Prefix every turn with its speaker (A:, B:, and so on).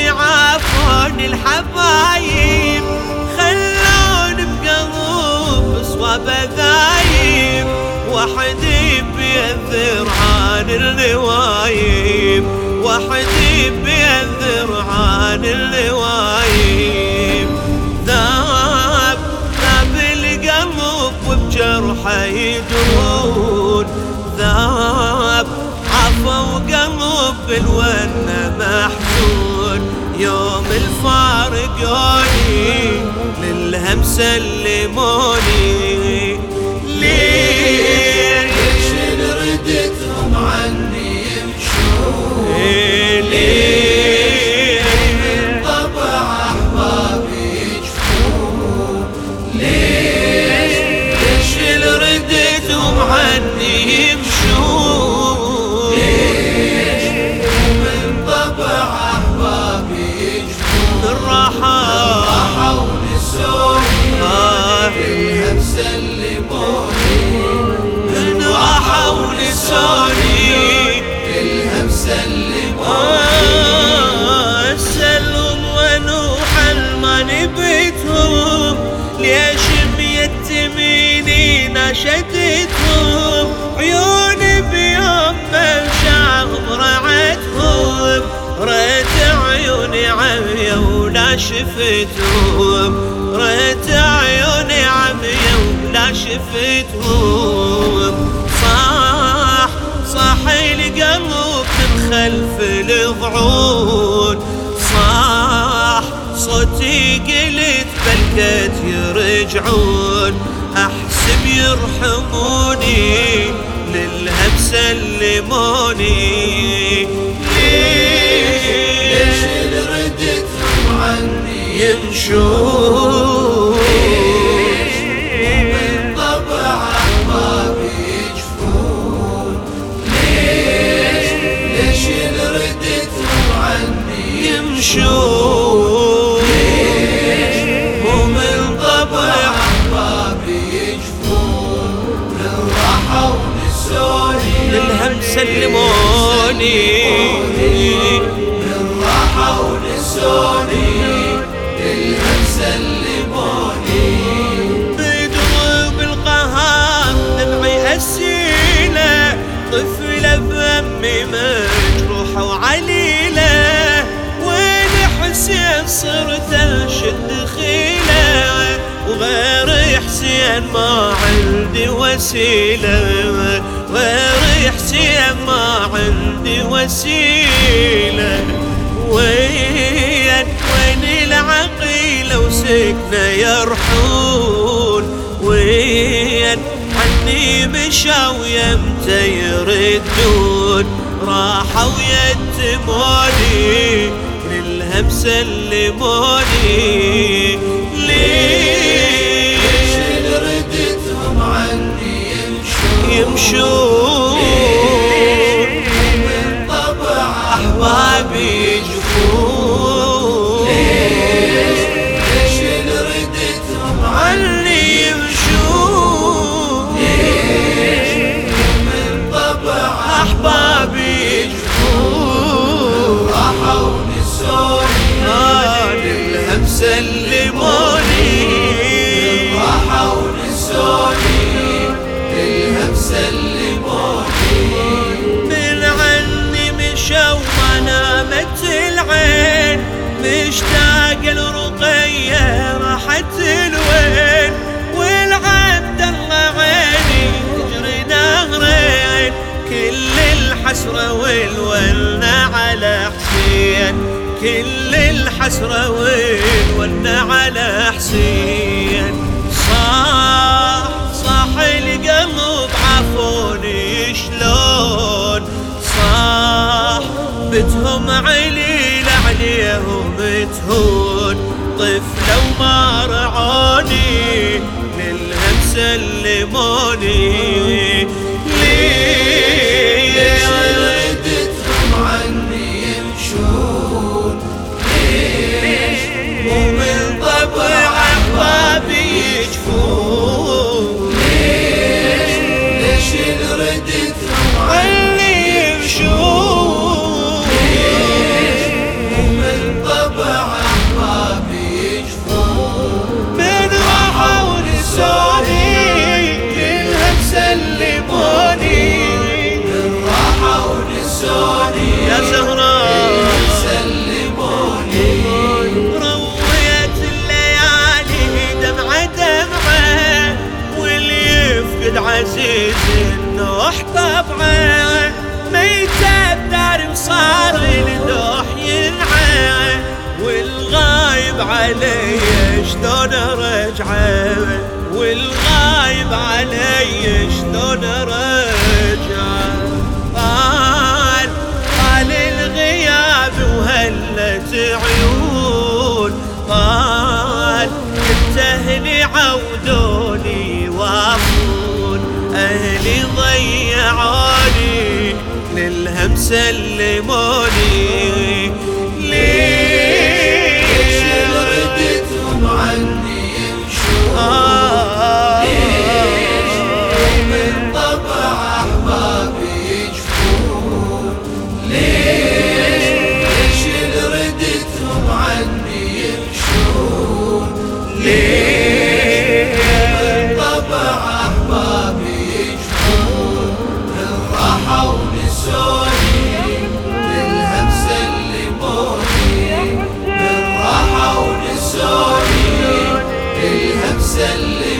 A: عافوني الحبايب، خلوني بقلوب صواب ذايب، وحدي بيأثر عن النوايب، وحدي بيأثر عن النوايب. ذاب القلب وبجرحه يدرون، ذاب عفا وقلب بالونة محزون، يوم الفارقوني للهم سلموني.
B: ليش ردتهم عني يمشون؟ ليش من طبع أحبابي يجفون؟ ليش
A: ردتهم عني يمشون؟
B: ليش من طبع أحبابي يجفون؟
A: الراحة
B: ونسوني الهم سلموني،
A: الراحة ونسوني
B: الهم سلموني.
A: سلم ونوح الماني بيتهم، ليش ميتميني نشدتهم، عيوني بيوم مشاهم رعتهم، ريت عيوني عمية ولا شفتهم، ريت عيوني عمية ولا شفتهم. صاح القلب من خلف الضعون، صاح صوتي قلت بلكت يرجعون، احسب يرحموني للهم سلموني.
B: ليش ردتهم عني
A: يمشون؟
B: ومن طبع أحبابي يجفون؟ ليش ردتهم عني
A: يمشون؟
B: ومن طبع أحبابي يجفون؟ للراحة ونسوني
A: للهم سلموني،
B: للراحة ونسوني الهم سلموني.
A: بدروب القهار دمعي أسيلة، طفلة بأمي مجروحة وعليلة، وين حسين صرت أشد خيلة، وغير حسين ما عندي وسيلة، غير حسين ما عندي وسيلة. وين العقيلة وسكنة يرحون، وين عني مشاو يمتى يردون، راحوا يتموني للهم سلموني. ليش
B: ردتهم عني
A: يمشون؟
B: من طبع
A: أحبابي يجفون؟
B: ليش ردتهم
A: عني يمشون؟
B: من طبع
A: أحبابي يجفون؟
B: راحة ونسوني
A: للهم سلموني،
B: راحة ونسوني الهم سلموني.
A: من عني مشوا ما نامت العين، مشتاق الرقية راحت الوين، والعبد الله عيني تجري نهرين، كل الحسرة والونة على حسين، كل الحسرة والونة على حسين. صاح القلب عافوني شلون، صاح بتهم عليل عليهم تهون، طفلة وما رعوني للهم سلموني.
B: ليش ردتهم عني يمشون؟ ليش ومن طبع أحبابي
A: يجفون؟
B: ليش ردتهم عني
A: اللي يمشون؟
B: ومن طبع طبع أحبابي يجفون،
A: من راحوا ونسوني كلهم سلموني،
B: من راحوا ونسوني
A: يا زهراء
B: سلموني.
A: رويت الليالي دمعة دمعة، واللي يفقد عزيز النوح طبعه، ميتة بدار وصار النوح ينعى، والغايب علي شلون رجعه، والغايب علي شلون رجعه. طال الغياب وهلت عيون، طال كنت اهلي عودوني وافون، اهلي ضيعوني للهم سلموني.
B: ليش ردتهم عني يمشون، ليش من طبع أحبابي يجفون، ليش ردتهم عني يمشون، ليش من طبع أحبابي يجفون، من راحوا ونسوني للهم سلموني، من راحوا ونسوني للهم سلموني.